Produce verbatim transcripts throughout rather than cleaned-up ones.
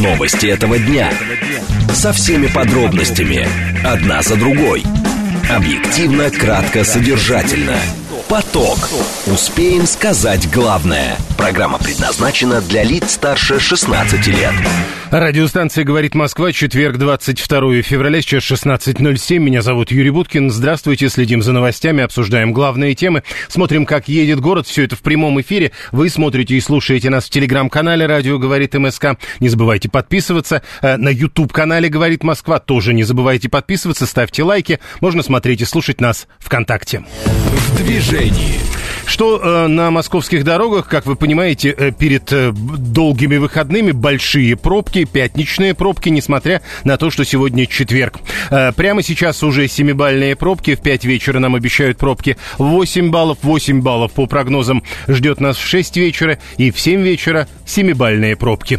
Новости этого дня. Со всеми подробностями. Одна за другой. Объективно, кратко, содержательно. Поток. Успеем сказать главное. Программа предназначена для лиц старше шестнадцати лет. Радиостанция «Говорит Москва», четверг, двадцать второе февраля, сейчас шестнадцать ноль семь. Меня зовут Юрий Буткин. Здравствуйте, следим за новостями, обсуждаем главные темы. Смотрим, как едет город. Все это в прямом эфире. Вы смотрите и слушаете нас в телеграм-канале «Радио говорит МСК». Не забывайте подписываться. На YouTube-канале «Говорит Москва» тоже не забывайте подписываться. Ставьте лайки. Можно смотреть и слушать нас ВКонтакте. В движении. Что э, на московских дорогах, как вы понимаете, э, перед э, долгими выходными большие пробки, пятничные пробки, несмотря на то, что сегодня четверг. Э, прямо сейчас уже семибалльные пробки, в пять вечера нам обещают пробки восемь баллов, восемь баллов по прогнозам ждет нас в шесть вечера, и в семь вечера семибалльные пробки.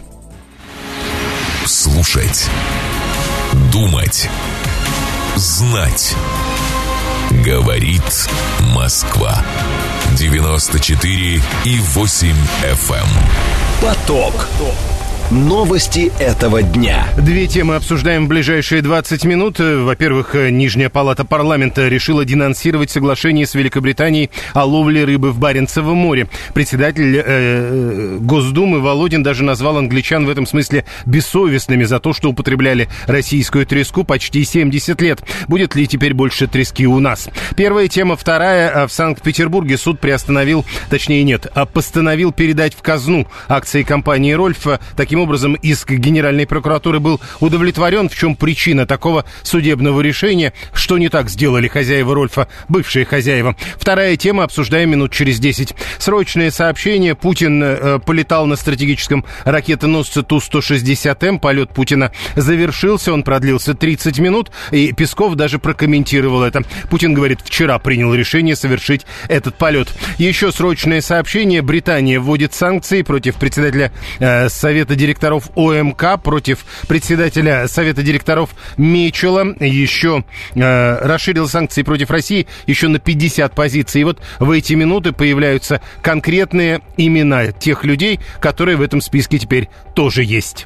Слушать, думать, знать. Говорит Москва. девяносто четыре и восемь эф эм. Поток. Новости этого дня. Две темы обсуждаем в ближайшие двадцать минут. Во-первых, Нижняя палата парламента решила денонсировать соглашение с Великобританией о ловле рыбы в Баренцевом море. Председатель э, Госдумы Володин даже назвал англичан в этом смысле бессовестными за то, что употребляли российскую треску почти семьдесят лет. Будет ли теперь больше трески у нас? Первая тема. Вторая. В Санкт-Петербурге суд приостановил, точнее нет, постановил передать в казну акции компании «Рольф». Таким образом, иск Генеральной прокуратуры был удовлетворен. В чем причина такого судебного решения? Что не так сделали хозяева «Рольфа», бывшие хозяева? Вторая тема, обсуждаем минут через десять. Срочное сообщение. Путин э, полетал на стратегическом ракетоносце Ту сто шестьдесят эм. Полет Путина завершился, он продлился тридцать минут, и Песков даже прокомментировал это. Путин говорит, вчера принял решение совершить этот полет. Еще срочное сообщение. Британия вводит санкции против председателя э, Совета директоров ОМК, против председателя Совета директоров Мечела. Еще э, расширил санкции против России еще на пятьдесят позиций. И вот в эти минуты появляются конкретные имена тех людей, которые в этом списке теперь тоже есть.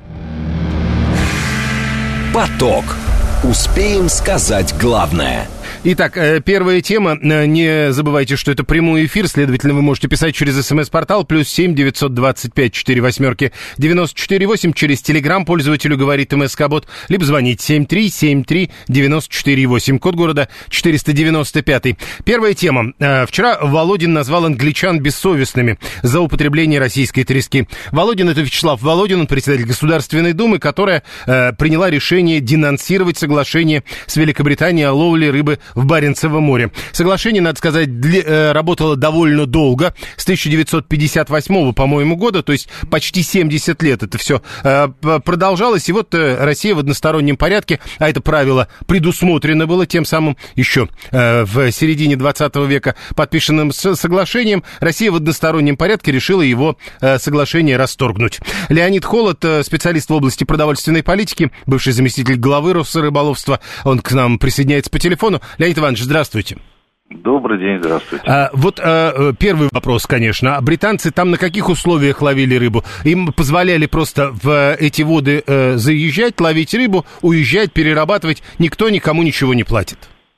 Поток. Успеем сказать главное. Итак, первая тема. Не забывайте, что это прямой эфир, следовательно, вы можете писать через смс-портал плюс семь девятьсот двадцать пять четыре восьмерки девяносто четыре восемь, через телеграм пользователю говорит МСК-бот, либо звонить семь три семь три девяносто четыре восемь, код города четыреста девяносто пять. Первая тема. Вчера Володин назвал англичан бессовестными за употребление российской трески. Володин — это Вячеслав Володин, он председатель Государственной Думы, которая э, приняла решение денонсировать соглашение с Великобританией о ловле рыбы в Баренцевом море. Соглашение, надо сказать, для, э, работало довольно долго, с тысяча девятьсот пятьдесят восьмого, по-моему, года, то есть почти семьдесят лет это все э, продолжалось, и вот э, Россия в одностороннем порядке, а это правило предусмотрено было тем самым еще э, в середине двадцатого века подписанным с соглашением, Россия в одностороннем порядке решила его э, соглашение расторгнуть. Леонид Холод, э, специалист в области продовольственной политики, бывший заместитель главы Росрыболовства, он к нам присоединяется по телефону. Леонид Иванович, здравствуйте. Добрый день, здравствуйте. А, вот а, первый вопрос, конечно. А британцы там на каких условиях ловили рыбу? Им позволяли просто в эти воды а, заезжать, ловить рыбу, уезжать, перерабатывать? Никто никому ничего не платит?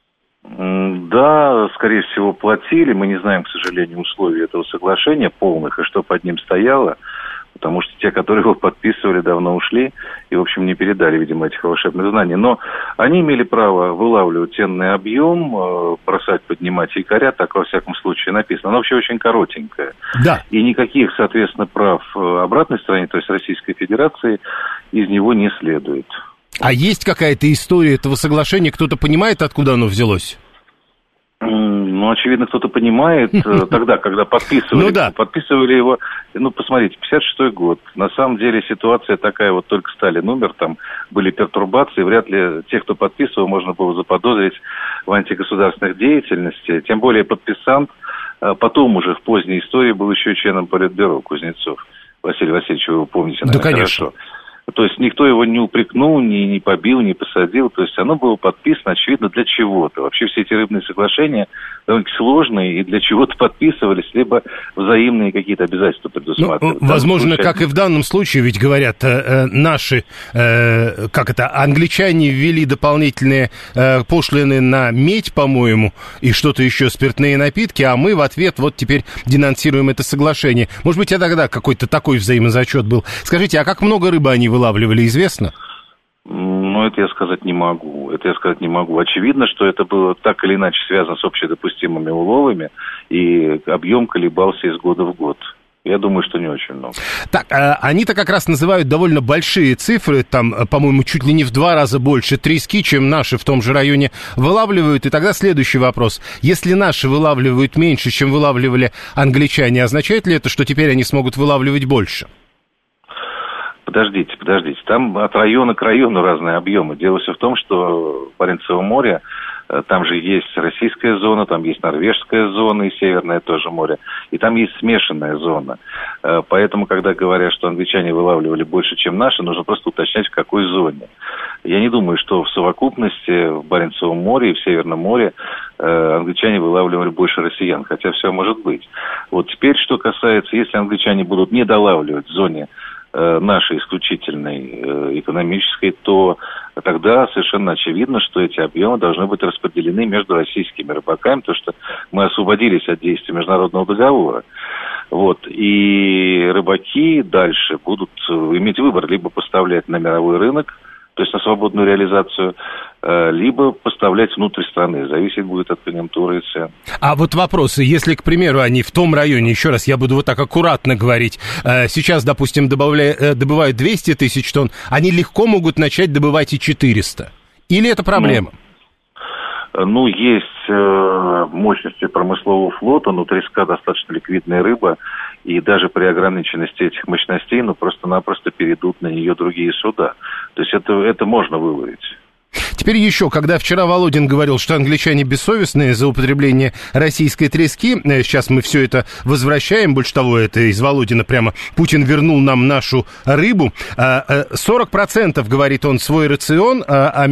Да, скорее всего, платили. Мы не знаем, к сожалению, условий этого соглашения полных и что под ним стояло. Потому что те, которые его подписывали, давно ушли и, в общем, не передали, видимо, этих волшебных знаний. Но они имели право вылавливать ценный объем, бросать, поднимать якоря, так, во всяком случае, написано. Оно вообще очень коротенькое. Да. И никаких, соответственно, прав обратной стороне, то есть Российской Федерации, из него не следует. А есть какая-то история этого соглашения? Кто-то понимает, откуда оно взялось? Ну, очевидно, кто-то понимает, тогда, когда подписывали, ну, да. подписывали его, ну, посмотрите, пятьдесят шестой год, на самом деле ситуация такая, вот только Сталин умер, там были пертурбации, вряд ли тех, кто подписывал, можно было заподозрить в антигосударственной деятельности, тем более подписант, потом уже в поздней истории был еще членом Политбюро Кузнецов, Василий Васильевич, вы его помните, наверное, да, конечно. Хорошо. То есть никто его не упрекнул, не, не побил, не посадил. То есть оно было подписано, очевидно, для чего-то. Вообще все эти рыбные соглашения довольно сложные и для чего-то подписывались, либо взаимные какие-то обязательства предусматривали. Ну, возможно, случае... как и в данном случае, ведь говорят, э, наши, э, как это, англичане ввели дополнительные э, пошлины на медь, по-моему, и что-то еще, спиртные напитки, а мы в ответ вот теперь денонсируем это соглашение. Может быть, и тогда какой-то такой взаимозачет был. Скажите, а как много рыбы они вылавливали, известно? Ну, это я сказать не могу. Это я сказать не могу. Очевидно, что это было так или иначе связано с общедопустимыми уловами, и объем колебался из года в год. Я думаю, что не очень много. Так, а они-то как раз называют довольно большие цифры, там, по-моему, чуть ли не в два раза больше трески, чем наши в том же районе вылавливают. И тогда следующий вопрос. Если наши вылавливают меньше, чем вылавливали англичане, означает ли это, что теперь они смогут вылавливать больше? Подождите, подождите. Там от района к району разные объемы. Дело все в том, что в Баренцевом море, там же есть российская зона, там есть норвежская зона и северное тоже море. И там есть смешанная зона. Поэтому, когда говорят, что англичане вылавливали больше, чем наши, нужно просто уточнять, в какой зоне. Я не думаю, что в совокупности в Баренцевом море и в Северном море англичане вылавливали больше россиян. Хотя все может быть. Вот теперь, что касается, если англичане будут не долавливать в зоне нашей исключительной экономической, то тогда совершенно очевидно, что эти объемы должны быть распределены между российскими рыбаками, потому что мы освободились от действия международного договора. Вот. И рыбаки дальше будут иметь выбор: либо поставлять на мировой рынок, то есть на свободную реализацию, либо поставлять внутрь страны. Зависеть будет от конъюнктуры и цен. А вот вопросы, если, к примеру, они в том районе, еще раз, я буду вот так аккуратно говорить, сейчас, допустим, добавляя, добывают двести тысяч тонн, они легко могут начать добывать и четыреста? Или это проблема? Ну, ну есть мощности промыслового флота, но треска достаточно ликвидная рыба, и даже при ограниченности этих мощностей, ну, просто-напросто перейдут на нее другие суда. То есть это, это можно выловить. Теперь еще, когда вчера Володин говорил, что англичане бессовестные за употребление российской трески, сейчас мы все это возвращаем, больше того, это из Володина прямо Путин вернул нам нашу рыбу, сорок процентов, говорит он, свой рацион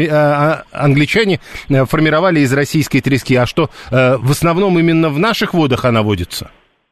а англичане формировали из российской трески, а что, в основном именно в наших водах она водится?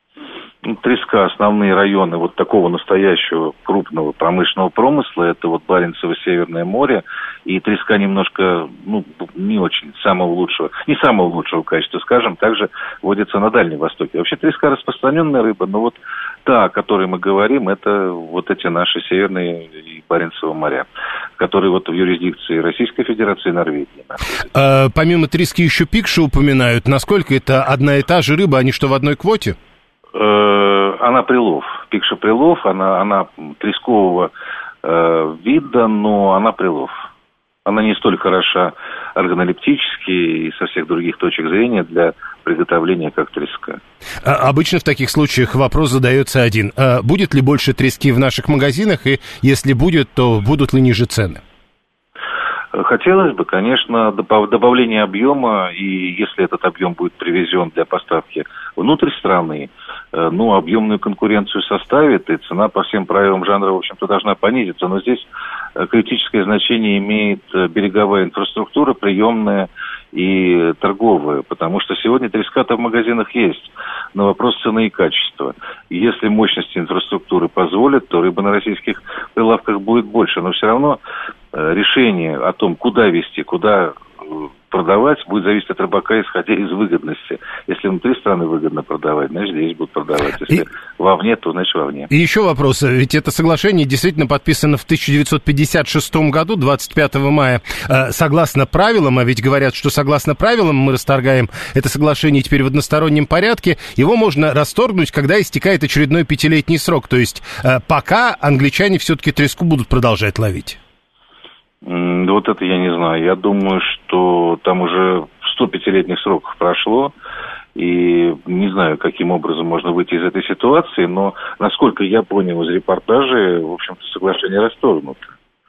Треска, основные районы вот такого настоящего крупного промышленного промысла, это вот Баренцево, Северное море, и треска немножко, ну, не очень, самого лучшего, не самого лучшего качества, скажем, также водится на Дальнем Востоке. Вообще треска распространенная рыба, но вот та, о которой мы говорим, это вот эти наши Северные и Баренцево моря, которые вот в юрисдикции Российской Федерации и Норвегии находятся. А, помимо трески еще пикши упоминают. Насколько это одна и та же рыба, они что, в одной квоте? Она прилов, пикша прилов, она, она трескового э, вида, но она прилов. Она не столь хороша органолептически и со всех других точек зрения для приготовления, как треска. А, обычно в таких случаях вопрос задается один. А будет ли больше трески в наших магазинах, и если будет, то будут ли ниже цены? Хотелось бы, конечно, добавление объема, и если этот объем будет привезен для поставки внутрь страны, ну, объемную конкуренцию составит, и цена по всем правилам жанра, в общем-то, должна понизиться. Но здесь критическое значение имеет береговая инфраструктура, приемная и торговая, потому что сегодня треска-то в магазинах есть, но вопрос цены и качества. И если мощности инфраструктуры позволят, то рыба на российских прилавках будет больше, но все равно решение о том, куда везти, куда продавать, будет зависеть от рыбака, исходя из выгодности. Если внутри страны выгодно продавать, значит, здесь будут продавать. Если и... вовне, то, значит, вовне. И еще вопрос. Ведь это соглашение действительно подписано в тысяча девятьсот пятьдесят шестом году, двадцать пятого мая. Согласно правилам, а ведь говорят, что согласно правилам мы расторгаем это соглашение теперь в одностороннем порядке, его можно расторгнуть, когда истекает очередной пятилетний срок. То есть пока англичане все-таки треску будут продолжать ловить. Вот это я не знаю. Я думаю, что там уже сто пятилетних сроков прошло, и не знаю, каким образом можно выйти из этой ситуации, но, насколько я понял из репортажей, в общем-то, соглашение расторгнуто.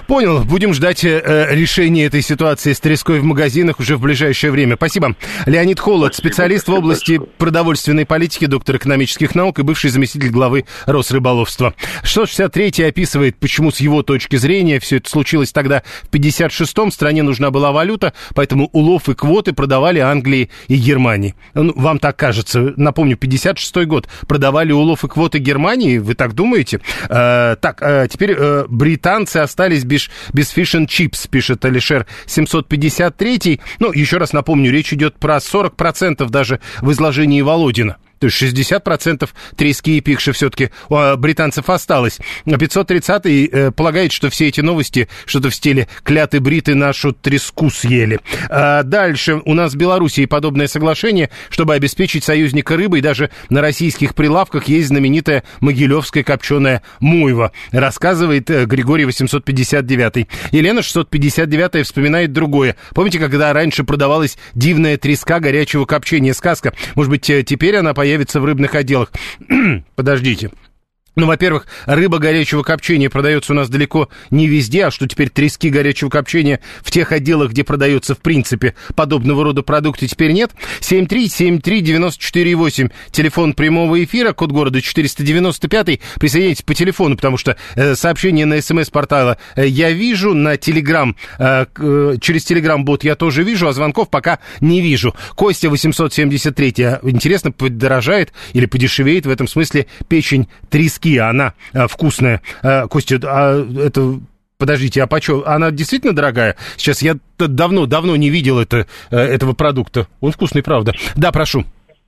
Понял. Будем ждать э, решения этой ситуации с треской в магазинах уже в ближайшее время. Спасибо. Леонид Холод, спасибо, специалист в области большое. продовольственной политики, доктор экономических наук и бывший заместитель главы Росрыболовства. шестьсот шестьдесят третий описывает, почему с его точки зрения все это случилось тогда в пятьдесят шестом. Стране нужна была валюта, поэтому улов и квоты продавали Англии и Германии. Ну, вам так кажется. Напомню, пятьдесят шестой год. Продавали улов и квоты Германии? Вы так думаете? Э, так, э, теперь э, британцы остались без, без fish and chips, пишет Алишер семьсот пятьдесят третий. Ну, еще раз напомню, речь идет про сорок процентов даже в изложении Володина. То есть шестьдесят процентов трески и пикши все-таки у британцев осталось. пятьсот тридцатый э, полагает, что все эти новости что-то в стиле «кляты бриты нашу треску съели». А дальше у нас в Белоруссии подобное соглашение, чтобы обеспечить союзника рыбой. Даже на российских прилавках есть знаменитая могилевская копченая мойва, рассказывает э, Григорий восемьсот пятьдесят девятый. Елена шестьсот пятьдесят девятая вспоминает другое. Помните, когда раньше продавалась дивная треска горячего копчения? Сказка. Может быть, теперь она появится появится в рыбных отделах. Подождите. Ну, во-первых, рыба горячего копчения продается у нас далеко не везде, а что теперь трески горячего копчения в тех отделах, где продается, в принципе, подобного рода продукты, теперь нет. семь три семь три девять четыре восемь, телефон прямого эфира, код города четыреста девяносто пять. Присоединяйтесь по телефону, потому что э, сообщение на смс-портала э, я вижу, на Телеграм, э, э, через Телеграм-бот я тоже вижу, а звонков пока не вижу. Костя восемьсот семьдесят три. Интересно, подорожает или подешевеет в этом смысле печень трески? Она а, вкусная. А, Костя, а это... Подождите, а почем? Она действительно дорогая? Сейчас я давно-давно не видел это, этого продукта. Он вкусный, правда. Да, прошу.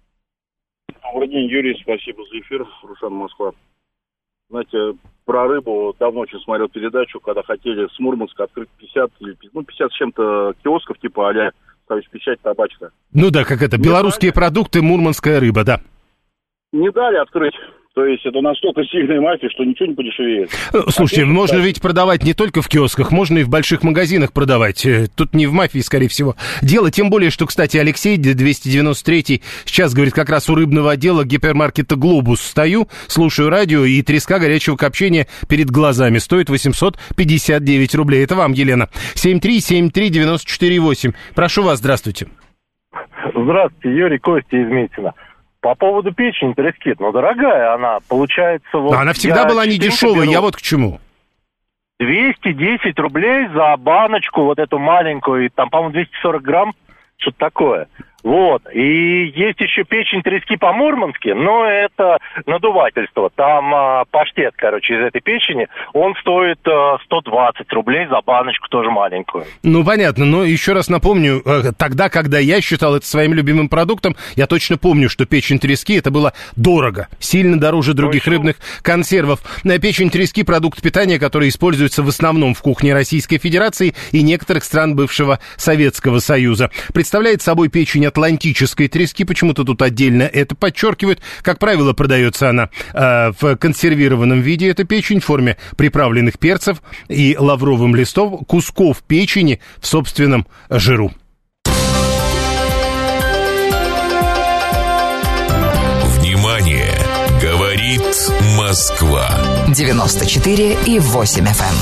Добрый день, Юрий. Спасибо за эфир. Рушан, Москва. Знаете, про рыбу давно очень смотрел передачу, когда хотели с Мурманска открыть пятьдесят, ну, пятьдесят с чем-то киосков, типа а-ля ставишь печать, табачка. Ну да, как это, белорусские продукты, мурманская рыба, да. Не дали открыть. То есть это настолько сильная мафия, что ничего не подешевеет. Слушайте, а можно ведь продавать не только в киосках, можно и в больших магазинах продавать. Тут не в мафии, скорее всего, дело. Тем более, что, кстати, Алексей, двести девяносто третий, сейчас, говорит, как раз у рыбного отдела гипермаркета «Глобус» стою, слушаю радио, и треска горячего копчения перед глазами стоит восемьсот пятьдесят девять рублей. Это вам, Елена. семь три семь три девять четыре восемь. Прошу вас, здравствуйте. Здравствуйте, Юрий, Костя из Митина. По поводу печени трески, ну, дорогая она, получается... Вот но она всегда была не дешевая, беру. Я вот к чему. двести десять рублей за баночку вот эту маленькую, там, по-моему, двести сорок грамм, что-то такое. Вот, и есть еще печень трески по-мурмански, но это надувательство. Там а, паштет, короче, из этой печени, он стоит а, сто двадцать рублей за баночку, тоже маленькую. Ну, понятно, но еще раз напомню, тогда, когда я считал это своим любимым продуктом, я точно помню, что печень трески это было дорого, сильно дороже других точно. Рыбных консервов. Печень трески – продукт питания, который используется в основном в кухне Российской Федерации и некоторых стран бывшего Советского Союза. Представляет собой печень атлантической трески, почему-то тут отдельно это подчеркивают. Как правило, продается она э, в консервированном виде, эта печень, в форме приправленных перцев и лавровым листом, кусков печени в собственном жиру. Внимание! Говорит Москва. девяносто четыре и восемь эф эм.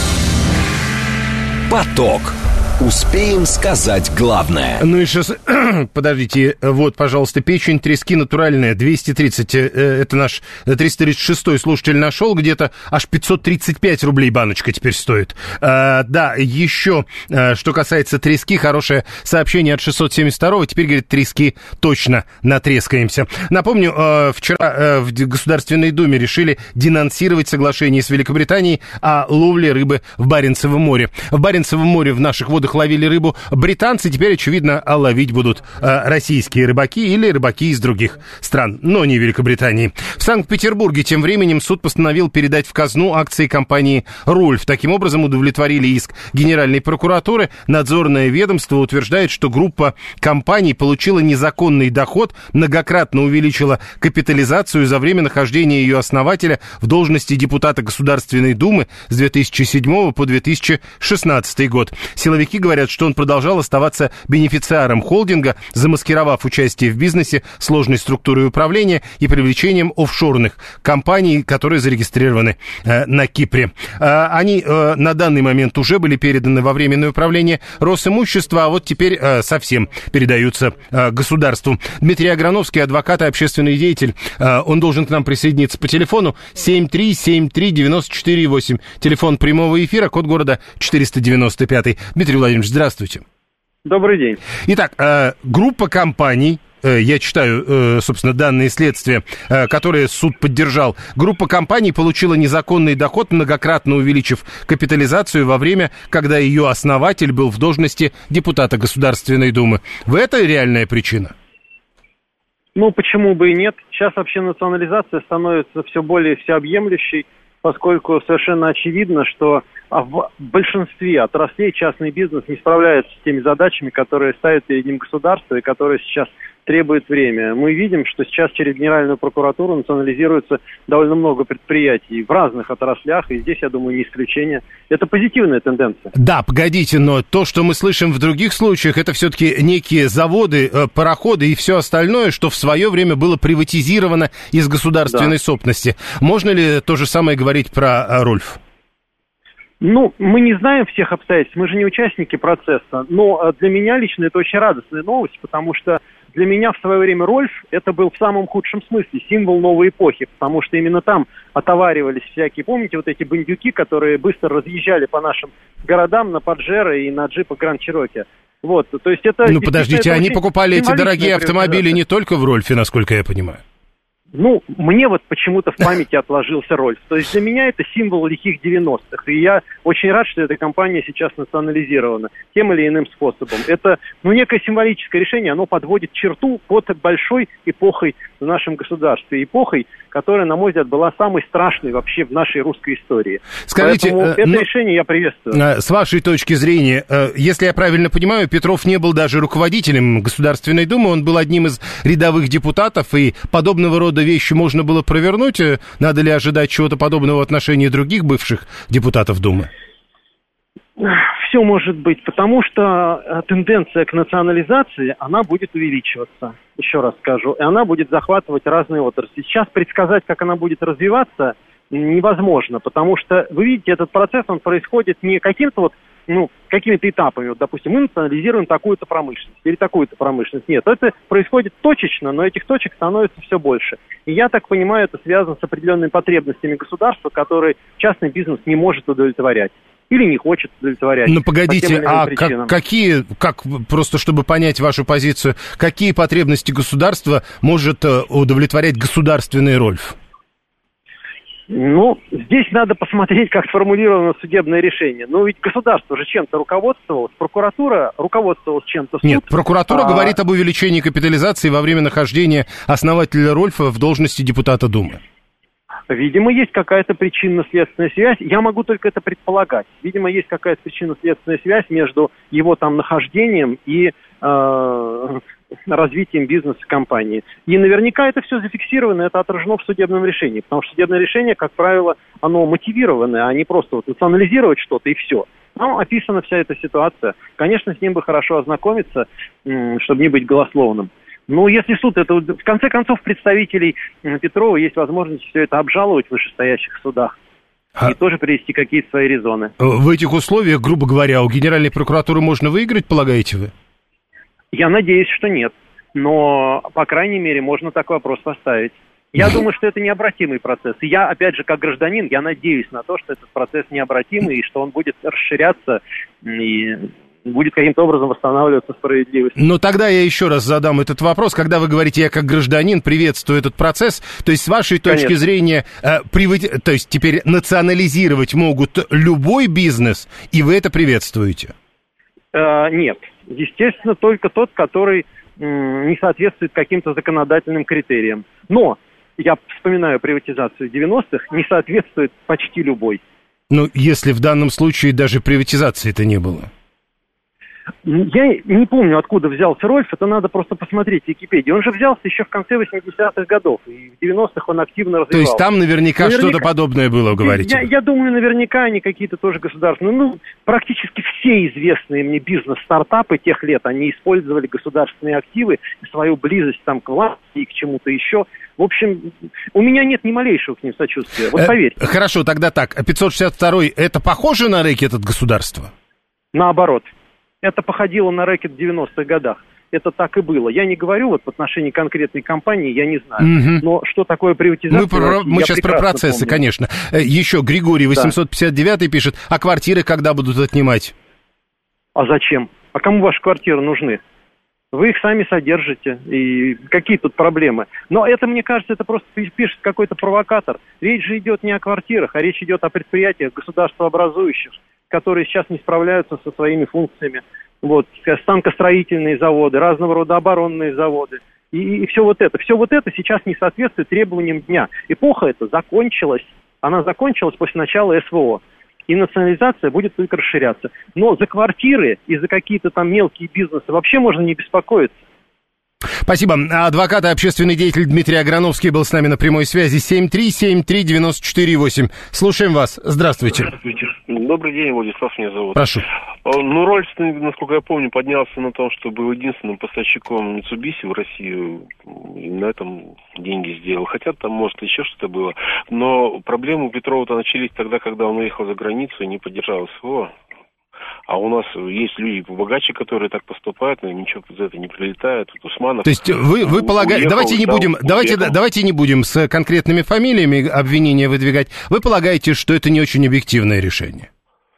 Поток. Успеем сказать главное. Ну и сейчас, подождите, вот, пожалуйста, печень трески натуральная, двести тридцать, это наш триста тридцать шестой слушатель нашел, где-то аж пятьсот тридцать пять рублей баночка теперь стоит. А, да, еще, что касается трески, хорошее сообщение от шестьсот семьдесят второго, теперь, говорит, трески точно натрескаемся. Напомню, вчера в Государственной Думе решили денонсировать соглашение с Великобританией о ловле рыбы в Баренцевом море. В Баренцевом море в наших водах ловили рыбу британцы, теперь, очевидно, ловить будут э, российские рыбаки или рыбаки из других стран, но не Великобритании. В Санкт-Петербурге тем временем суд постановил передать в казну акции компании «Рольф». Таким образом, удовлетворили иск Генеральной прокуратуры. Надзорное ведомство утверждает, что группа компаний получила незаконный доход, многократно увеличила капитализацию за время нахождения ее основателя в должности депутата Государственной Думы с две тысячи седьмого по две тысячи шестнадцатый год. Силовики Силовики говорят, что он продолжал оставаться бенефициаром холдинга, замаскировав участие в бизнесе сложной структурой управления и привлечением офшорных компаний, которые зарегистрированы э, на Кипре. Э, они э, на данный момент уже были переданы во временное управление Росимущества, а вот теперь э, совсем передаются э, государству. Дмитрий Аграновский, адвокат и общественный деятель, э, он должен к нам присоединиться по телефону семь три семь три девяносто четыре восемь. Телефон прямого эфира, код города четыреста девяносто пять. Дмитрий Владимирович, здравствуйте. Добрый день. Итак, э, группа компаний, э, я читаю, э, собственно, данные следствия, э, которые суд поддержал. Группа компаний получила незаконный доход, многократно увеличив капитализацию во время, когда ее основатель был в должности депутата Государственной Думы. В это реальная причина? Ну, почему бы и нет? Сейчас вообще национализация становится все более всеобъемлющей, поскольку совершенно очевидно, что в большинстве отраслей частный бизнес не справляется с теми задачами, которые ставит перед ним государство и которые сейчас требует время. Мы видим, что сейчас через Генеральную прокуратуру национализируется довольно много предприятий в разных отраслях, и здесь, я думаю, не исключение. Это позитивная тенденция. Да, погодите, но то, что мы слышим в других случаях, это все-таки некие заводы, пароходы и все остальное, что в свое время было приватизировано из государственной да. собственности. Можно ли то же самое говорить про Рольф? Ну, мы не знаем всех обстоятельств, мы же не участники процесса, но для меня лично это очень радостная новость, потому что для меня в свое время Рольф это был в самом худшем смысле символ новой эпохи, потому что именно там отоваривались всякие, помните, вот эти бандюки, которые быстро разъезжали по нашим городам на Паджеро и на джипах Гранд-Чироки. Вот, то есть это... Ну, подождите, они покупали эти дорогие автомобили не только в Рольфе, насколько я понимаю. Ну, мне вот почему-то в памяти отложился Рольф. То есть для меня это символ лихих девяностых. И я очень рад, что эта компания сейчас национализирована тем или иным способом. Это, ну, некое символическое решение, оно подводит черту под большой эпохой в нашем государстве. Эпохой, которая, на мой взгляд, была самой страшной вообще в нашей русской истории. Скажите, Поэтому э, это ну, решение я приветствую. С вашей точки зрения, э, если я правильно понимаю, Петров не был даже руководителем Государственной Думы, он был одним из рядовых депутатов, и подобного рода вещи можно было провернуть. Надо ли ожидать чего-то подобного в отношении других бывших депутатов Думы? Все может быть, потому что тенденция к национализации, она будет увеличиваться, еще раз скажу, и она будет захватывать разные отрасли. Сейчас предсказать, как она будет развиваться, невозможно, потому что, вы видите, этот процесс, он происходит не каким-то вот, ну, какими-то этапами. Вот, допустим, мы национализируем такую-то промышленность или такую-то промышленность. Нет, это происходит точечно, но этих точек становится все больше. И я так понимаю, это связано с определенными потребностями государства, которые частный бизнес не может удовлетворять. Или не хочет удовлетворять. Ну, погодите, а как, какие, как, просто чтобы понять вашу позицию, какие потребности государства может удовлетворять государственный Рольф? Ну, здесь надо посмотреть, как сформулировано судебное решение. Ну, ведь государство же чем-то руководствовалось, прокуратура руководствовалась чем-то. Суд. Нет, прокуратура а... говорит об увеличении капитализации во время нахождения основателя Рольфа в должности депутата Думы. Видимо, есть какая-то причинно-следственная связь. Я могу только это предполагать. Видимо, есть какая-то причинно-следственная связь между его там нахождением и э, развитием бизнеса компании. И наверняка это все зафиксировано, это отражено в судебном решении. Потому что судебное решение, как правило, оно мотивированное, а не просто вот национализировать что-то и все. Там описана вся эта ситуация. Конечно, с ним бы хорошо ознакомиться, чтобы не быть голословным. Ну, если суд, это в конце концов представителей Петрова есть возможность все это обжаловать в вышестоящих судах а... и тоже привести какие-то свои резоны. В этих условиях, грубо говоря, у Генеральной прокуратуры можно выиграть, полагаете вы? Я надеюсь, что нет. Но, по крайней мере, можно такой вопрос поставить. Я думаю, что это необратимый процесс. И я, опять же, как гражданин, я надеюсь на то, что этот процесс необратимый, и что он будет расширяться и будет каким-то образом восстанавливаться справедливость. Но тогда я еще раз задам этот вопрос. Когда вы говорите, я как гражданин приветствую этот процесс, то есть с вашей точки Конечно. зрения, э, привыд... то есть теперь национализировать могут любой бизнес, и вы это приветствуете? Э, нет. Естественно, только тот, который м- не соответствует каким-то законодательным критериям. Но, я вспоминаю приватизацию девяностых, не соответствует почти любой. Ну, если в данном случае даже приватизации-то не было. Я не помню, откуда взялся Рольф, это надо просто посмотреть в Википедии. Он же взялся еще в конце восьмидесятых годов, и в девяностых он активно развивался. То есть там наверняка, наверняка что-то подобное было, говорите? Я, я думаю, наверняка они какие-то тоже государственные. Ну, практически все известные мне бизнес-стартапы тех лет, они использовали государственные активы, свою близость там к власти и к чему-то еще. В общем, у меня нет ни малейшего к ним сочувствия, вот поверьте. Э, хорошо, тогда так, пятьсот шестьдесят второй, это похоже на рэкет от государства? Наоборот. Это походило на рэкет в девяностых годах. Это так и было. Я не говорю вот в отношении конкретной компании, я не знаю. Угу. Но что такое приватизация? Мы, про, мы сейчас про процессы, помню. Конечно. Еще Григорий восемьсот пятьдесят девятый да. пишет, а квартиры когда будут отнимать? А зачем? А кому ваши квартиры нужны? Вы их сами содержите. И какие тут проблемы? Но это, мне кажется, это просто пишет какой-то провокатор. Речь же идет не о квартирах, а речь идет о предприятиях государствообразующих, которые сейчас не справляются со своими функциями. Вот, станкостроительные заводы, разного рода оборонные заводы. И, и все вот это. Все вот это сейчас не соответствует требованиям дня. Эпоха эта закончилась. Она закончилась после начала СВО. И национализация будет только расширяться. Но за квартиры и за какие-то там мелкие бизнесы вообще можно не беспокоиться. Спасибо. Адвокат и общественный деятель Дмитрий Аграновский был с нами на прямой связи. семь три семь три девять четыре восемь. Слушаем вас. Здравствуйте. Здравствуйте. Добрый день, Владислав меня зовут. Прошу. Ну, Рольф, насколько я помню, поднялся на том, что был единственным поставщиком Mitsubishi в Россию. И на этом деньги сделал. Хотя там, может, еще что-то было. Но проблемы у Петрова-то начались тогда, когда он уехал за границу и не поддержал СВО. А у нас есть люди побогаче, которые так поступают, но ничего за это не прилетает. Вот Усманов. То есть вы, вы полагаете, давайте не будем, давайте, давайте не будем с конкретными фамилиями обвинения выдвигать. Вы полагаете, что это не очень объективное решение?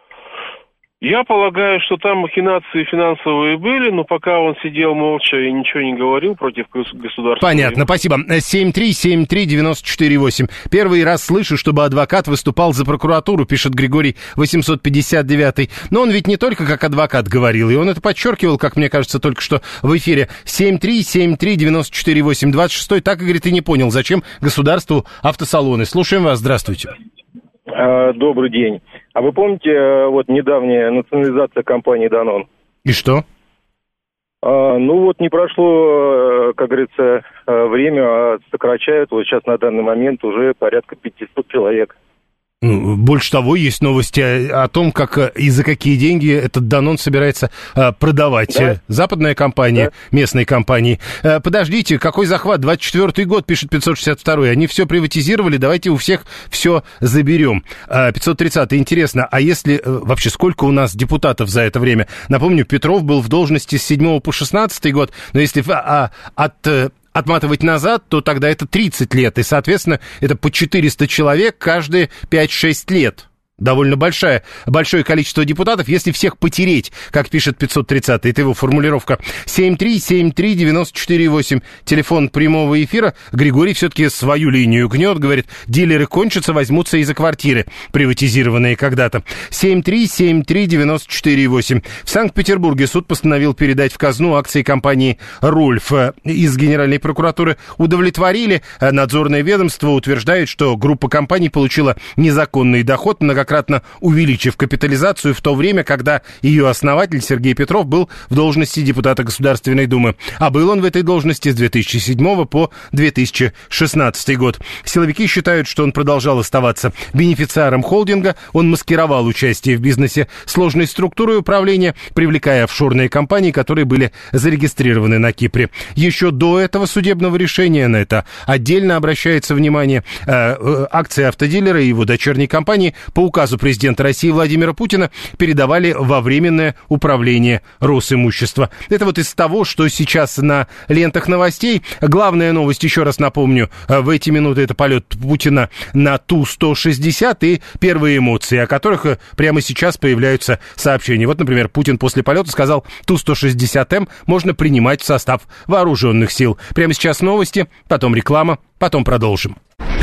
Я полагаю, что там махинации финансовые были, но пока он сидел молча и ничего не говорил против государства. Понятно, спасибо. семь три семь три девять четыре восемь. Первый раз слышу, чтобы адвокат выступал за прокуратуру, пишет Григорий восемьсот пятьдесят девятый. Но он ведь не только как адвокат говорил, и он это подчеркивал, как мне кажется, только что в эфире. семь три семь три девять четыре восемь. двадцать шестой так, и говорит, и не понял, зачем государству автосалоны. Слушаем вас, здравствуйте. Добрый день. А вы помните вот недавняя национализация компании «Данон»? И что? А, ну вот не прошло, как говорится, время, а сокращают. Вот сейчас на данный момент уже порядка пятьсот человек. Больше того, есть новости о том, как и за какие деньги этот Данон собирается продавать. Да? Западная компания, да. Местной компании. Подождите, какой захват? двадцать четвёртый год, пишет пятьсот шестьдесят второй. Они все приватизировали, давайте у всех все заберем. пятьсот тридцатый. Интересно, а если... Вообще, сколько у нас депутатов за это время? Напомню, Петров был в должности с седьмого по шестнадцатый год, но если а, от... отматывать назад, то тогда это тридцать лет, и, соответственно, это по четыреста человек каждые пять-шесть лет. Довольно большое, большое количество депутатов, если всех потереть, как пишет пятьсот тридцатый, это его формулировка. семь три семь три девять четыре восемь, телефон прямого эфира. Григорий все-таки свою линию гнет, говорит, дилеры кончатся, возьмутся и за квартиры, приватизированные когда-то. семь три семь три девять четыре восемь. В Санкт-Петербурге суд постановил передать в казну акции компании «Рольф». Из Генеральной прокуратуры удовлетворили. Надзорное ведомство утверждает, что группа компаний получила незаконный доход, многократно увеличив капитализацию в то время, когда ее основатель Сергей Петров был в должности депутата Государственной Думы. А был он в этой должности с две тысячи седьмого по две тысячи шестнадцатый год. Силовики считают, что он продолжал оставаться бенефициаром холдинга, он маскировал участие в бизнесе сложной структурой управления, привлекая офшорные компании, которые были зарегистрированы на Кипре. Еще до этого судебного решения на это отдельно обращается внимание э, э, акции автодилера и его дочерней компании по указу президента России Владимира Путина передавали во временное управление Росимущества. Это вот из того, что сейчас на лентах новостей. Главная новость, еще раз напомню, в эти минуты это полет Путина на Ту сто шестьдесят и первые эмоции, о которых прямо сейчас появляются сообщения. Вот, например, Путин после полета сказал, Ту сто шестьдесят М можно принимать в состав вооруженных сил. Прямо сейчас новости, потом реклама, потом продолжим.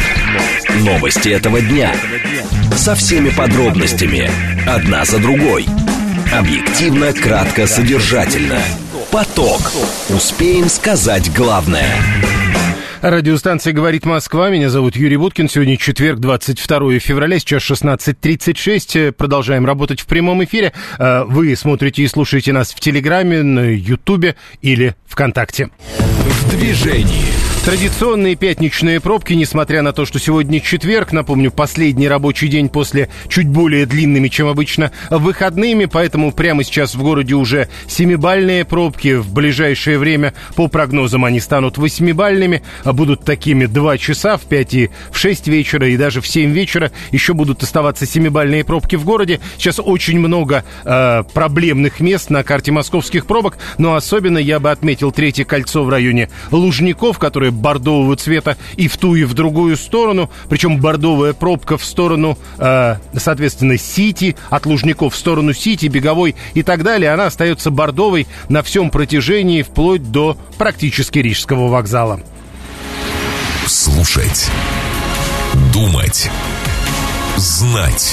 Новости этого дня. Со всеми подробностями. Одна за другой. Объективно, кратко, содержательно. Поток. Успеем сказать главное. Радиостанция «Говорит Москва». Меня зовут Юрий Буткин. Сегодня четверг, двадцать второе февраля, сейчас шестнадцать тридцать шесть. Продолжаем работать в прямом эфире. Вы смотрите и слушаете нас в Телеграме, на Ютубе или ВКонтакте. В движении. Традиционные пятничные пробки, несмотря на то, что сегодня четверг, напомню, последний рабочий день после чуть более длинными, чем обычно, выходными, поэтому прямо сейчас в городе уже семибальные пробки. В ближайшее время, по прогнозам, они станут восьмибальными, будут такими два часа, в пять и в шесть вечера, и даже в семь вечера еще будут оставаться семибальные пробки в городе. Сейчас очень много э, проблемных мест на карте московских пробок, но особенно я бы отметил Третье кольцо в районе Лужников, которое бордового цвета и в ту, и в другую сторону. Причем бордовая пробка в сторону, э, соответственно, Сити, от Лужников в сторону Сити, Беговой и так далее. Она остается бордовой на всем протяжении, вплоть до практически Рижского вокзала. Слушать, думать, знать.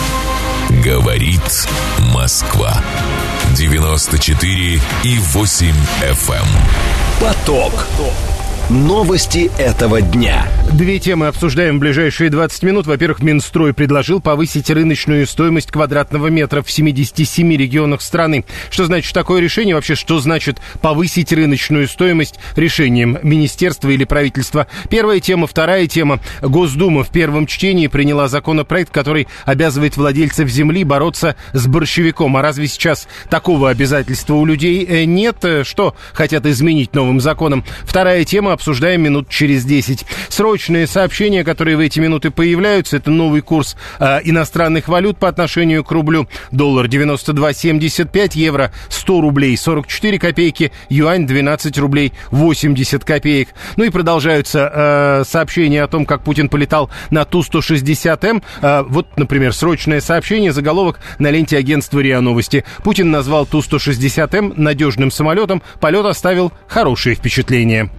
Говорит Москва. девяносто четыре и восемь эф эм. Поток. Новости этого дня. Две темы обсуждаем в ближайшие двадцать минут. Во-первых, Минстрой предложил повысить рыночную стоимость квадратного метра в семидесяти семи регионах страны. Что значит такое решение? Вообще, что значит повысить рыночную стоимость решением министерства или правительства? Первая тема. Вторая тема. Госдума в первом чтении приняла законопроект, который обязывает владельцев земли бороться с борщевиком. А разве сейчас такого обязательства у людей нет? Что хотят изменить новым законом? Вторая тема. Обсуждаем минут через десять. Срочные сообщения, которые в эти минуты появляются, это новый курс э, иностранных валют по отношению к рублю. Доллар девяносто два семьдесят пять, евро сто рублей сорок четыре копейки, юань двенадцать рублей восемьдесят копеек. Ну и продолжаются э, сообщения о том, как Путин полетал на Ту сто шестьдесят эм. Э, вот, например, срочное сообщение, заголовок на ленте агентства РИА Новости. Путин назвал Ту сто шестьдесят эм надежным самолетом. Полет оставил хорошие впечатления.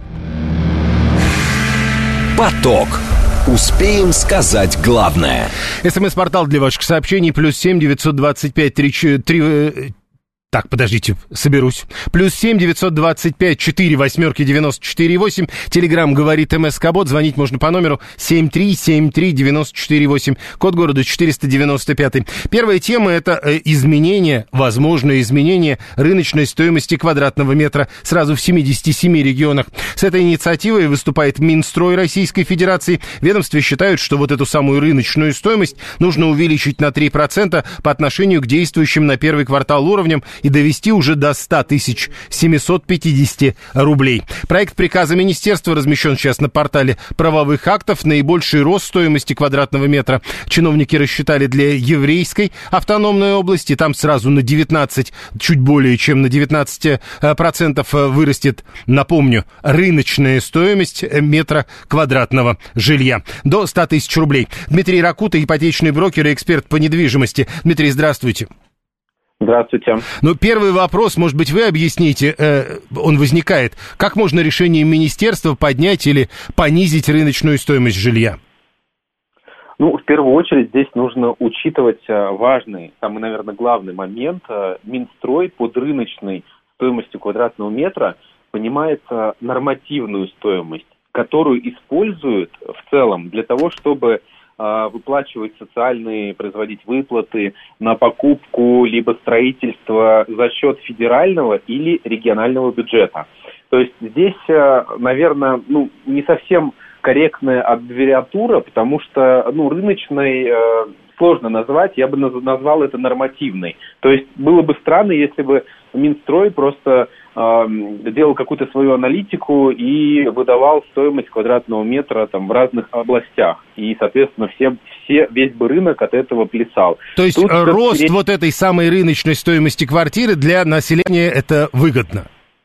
Поток. Успеем сказать главное. СМС-портал для ваших сообщений. Плюс семь девятьсот двадцать пять три... Так, подождите, соберусь. Плюс семь девятьсот двадцать пять четыре восьмерки девяносто четыре восемь. Телеграм говорит МСК-бот. Звонить можно по номеру семь три семь три девяносто четыре восемь. Код города четыреста девяносто пять. Первая тема — это изменение, возможное изменение рыночной стоимости квадратного метра сразу в семидесяти семи регионах. С этой инициативой выступает Минстрой Российской Федерации. В ведомстве считают, что вот эту самую рыночную стоимость нужно увеличить на три процента по отношению к действующим на первый квартал уровням и довести уже до ста тысяч семисот пятидесяти рублей. Проект приказа министерства размещен сейчас на портале правовых актов. Наибольший рост стоимости квадратного метра чиновники рассчитали для еврейской автономной области. Там сразу на девятнадцать, чуть более чем на девятнадцать процентов вырастет, напомню, рыночная стоимость метра квадратного жилья. До ста тысяч рублей. Дмитрий Ракута, ипотечный брокер и эксперт по недвижимости. Дмитрий, здравствуйте. Здравствуйте. Ну, первый вопрос, может быть, вы объясните, э, он возникает. Как можно решением министерства поднять или понизить рыночную стоимость жилья? Ну, в первую очередь, здесь нужно учитывать важный, самый, наверное, главный момент. Минстрой под рыночной стоимостью квадратного метра понимает нормативную стоимость, которую используют в целом для того, чтобы выплачивать социальные, производить выплаты на покупку либо строительство за счет федерального или регионального бюджета. То есть здесь, наверное, ну, не совсем корректная аббревиатура, потому что ну, рыночной сложно назвать, я бы назвал это нормативной. То есть было бы странно, если бы Минстрой просто э, делал какую-то свою аналитику и выдавал стоимость квадратного метра там, в разных областях. И, соответственно, все, все, весь бы рынок от этого плясал. То есть Тут рост речь... вот этой самой рыночной стоимости квартиры для населения это выгодно?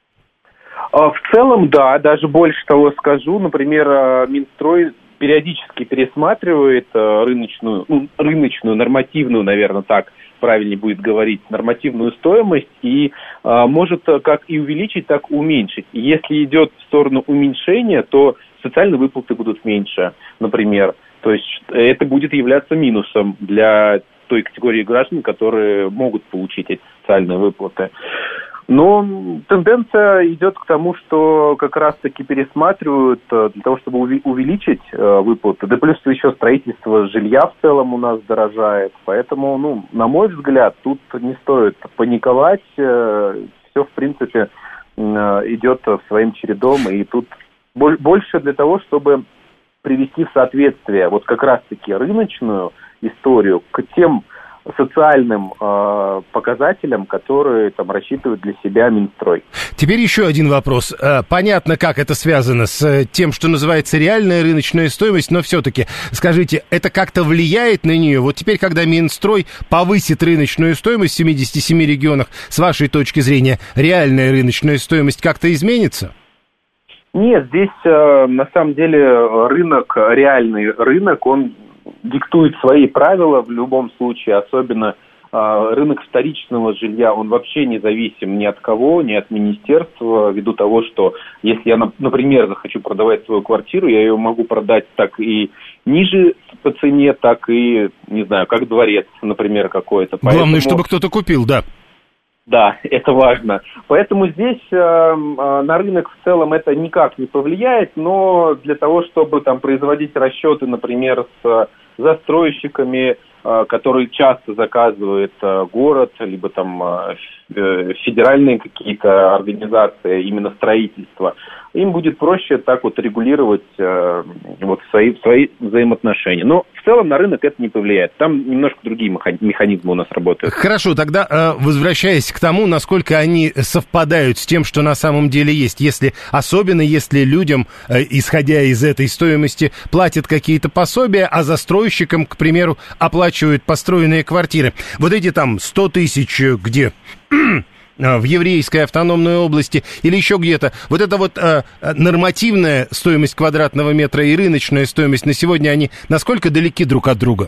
В целом, да. Даже больше того скажу. Например, Минстрой периодически пересматривает рыночную, ну, рыночную, нормативную, наверное, так правильнее будет говорить, нормативную стоимость и а, может как и увеличить, так и уменьшить. И если идет в сторону уменьшения, то социальные выплаты будут меньше, например. То есть это будет являться минусом для той категории граждан, которые могут получить эти социальные выплаты. Но тенденция идет к тому, что как раз-таки пересматривают для того, чтобы увеличить выплаты. Да плюс еще строительство жилья в целом у нас дорожает. Поэтому, ну, на мой взгляд, тут не стоит паниковать. Все, в принципе, идет своим чередом. И тут больше для того, чтобы привести в соответствие вот как раз-таки рыночную историю к тем социальным э, показателям, которые там рассчитывает для себя Минстрой. Теперь еще один вопрос. Понятно, как это связано с тем, что называется реальная рыночная стоимость, но все-таки, скажите, это как-то влияет на нее? Вот теперь, когда Минстрой повысит рыночную стоимость в семидесяти семи регионах, с вашей точки зрения, реальная рыночная стоимость как-то изменится? Нет, здесь э, на самом деле рынок, реальный рынок, он диктует свои правила в любом случае, особенно э, рынок вторичного жилья, он вообще не зависим ни от кого, ни от министерства, ввиду того, что если я, например, захочу продавать свою квартиру, я ее могу продать так и ниже по цене, так и, не знаю, как дворец, например, какой-то. Главное, Поэтому... чтобы кто-то купил, да. Да, это важно. Поэтому здесь э, э, на рынок в целом это никак не повлияет, но для того, чтобы там производить расчеты, например, с застройщиками, э, которые часто заказывает э, город, либо там э, федеральные какие-то организации, именно строительство, им будет проще так вот регулировать э, вот свои, свои взаимоотношения. Но в целом на рынок это не повлияет. Там немножко другие механизмы у нас работают. Хорошо, тогда э, возвращаясь к тому, насколько они совпадают с тем, что на самом деле есть. Если, особенно если людям, э, исходя из этой стоимости, платят какие-то пособия, а застройщикам, к примеру, оплачивают построенные квартиры. Вот эти там сто тысяч где... в еврейской автономной области или еще где-то. Вот эта вот э, нормативная стоимость квадратного метра и рыночная стоимость на сегодня, они насколько далеки друг от друга?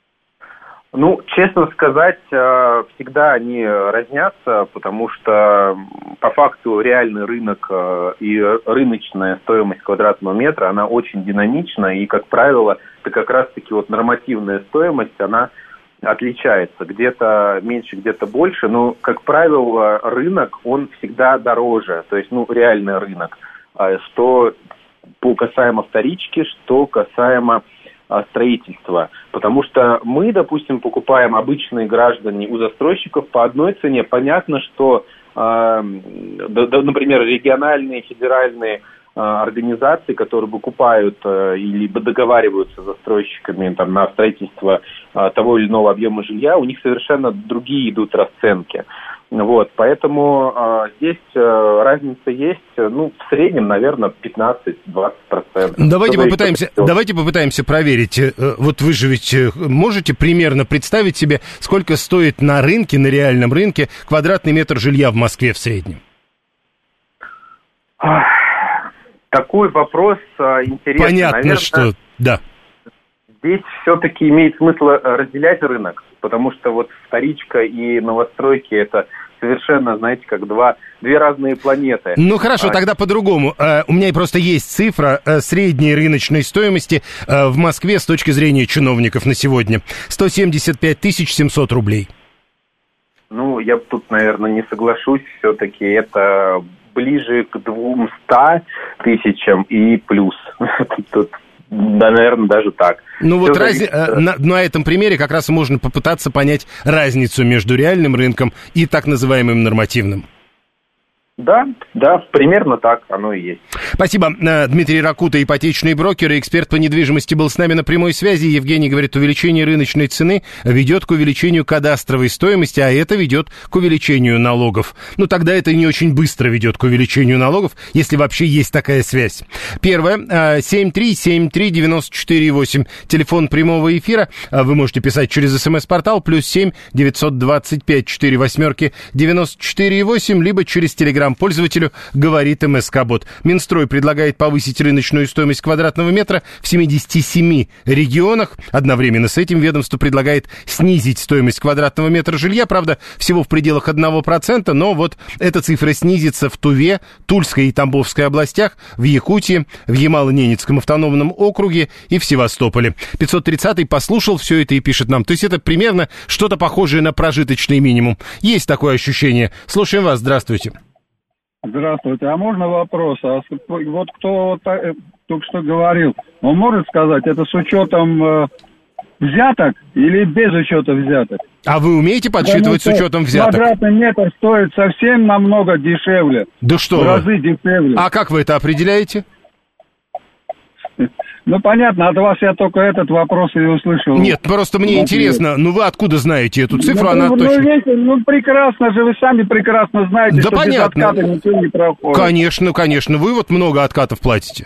Ну, честно сказать, э, всегда они разнятся, потому что по факту реальный рынок э, и рыночная стоимость квадратного метра, она очень динамична, и, как правило, это как раз-таки вот нормативная стоимость, она отличается, где-то меньше, где-то больше, но, как правило, рынок, он всегда дороже, то есть, ну, реальный рынок, что по касаемо вторички, что касаемо а, строительства, потому что мы, допустим, покупаем обычные граждане у застройщиков по одной цене, понятно, что, а, да, да, например, региональные, федеральные организации, которые выкупают э, либо договариваются с застройщиками там, на строительство э, того или иного объема жилья, у них совершенно другие идут расценки. Вот, поэтому э, здесь э, разница есть, ну, в среднем, наверное, пятнадцать-двадцать процентов. Давайте попытаемся, давайте попытаемся проверить. Вот вы же ведь можете примерно представить себе, сколько стоит на рынке, на реальном рынке, квадратный метр жилья в Москве в среднем? Такой вопрос а, интересный. Понятно, наверное, что да. Здесь все-таки имеет смысл разделять рынок, потому что вот вторичка и новостройки это совершенно, знаете, как два, две разные планеты. Ну хорошо, а, тогда по-другому. Uh, у меня просто есть цифра uh, средней рыночной стоимости uh, в Москве с точки зрения чиновников на сегодня. сто семьдесят пять тысяч семьсот рублей. Ну, я тут, наверное, не соглашусь. Все-таки это ближе к двумстам тысячам и плюс. Тут, да, наверное, даже так. Ну вот раз... на, на этом примере как раз можно попытаться понять разницу между реальным рынком и так называемым нормативным. Да, да, примерно так оно и есть. Спасибо. Дмитрий Ракута, ипотечный брокер и эксперт по недвижимости, был с нами на прямой связи. Евгений говорит, увеличение рыночной цены ведет к увеличению кадастровой стоимости, а это ведет к увеличению налогов. Ну, тогда это не очень быстро ведет к увеличению налогов, если вообще есть такая связь. Первое. семь три семь три девять четыре восемь. Телефон прямого эфира. Вы можете писать через смс-портал плюс семь девятьсот двадцать пять четыре восьмерки девяносто четыре восемь, либо через телеграм грамм пользователю, говорит МСК-бот. Минстрой предлагает повысить рыночную стоимость квадратного метра в семидесяти семи регионах. Одновременно с этим ведомство предлагает снизить стоимость квадратного метра жилья, правда, всего в пределах одного процента, но вот эта цифра снизится в Туве, Тульской и Тамбовской областях, в Якутии, в Ямало-Ненецком автономном округе и в Севастополе. пятьсот тридцатый послушал все это и пишет нам. То есть это примерно что-то похожее на прожиточный минимум. Есть такое ощущение. Слушаем вас. Здравствуйте. Здравствуйте. А можно вопрос? А вот кто только что говорил, он может сказать, это с учетом э, взяток или без учета взяток? А вы умеете подсчитывать с учетом взяток? Квадратный метр стоит совсем намного дешевле. Да что? В разы дешевле. А как вы это определяете? Ну, понятно, от вас я только этот вопрос и услышал. Нет, просто мне вот интересно, ну вы откуда знаете эту цифру? Ну, она ну, точно... видите, ну, прекрасно же, вы сами прекрасно знаете, да что понятно. без отката ничего не проходит. Конечно, конечно, вы вот много откатов платите.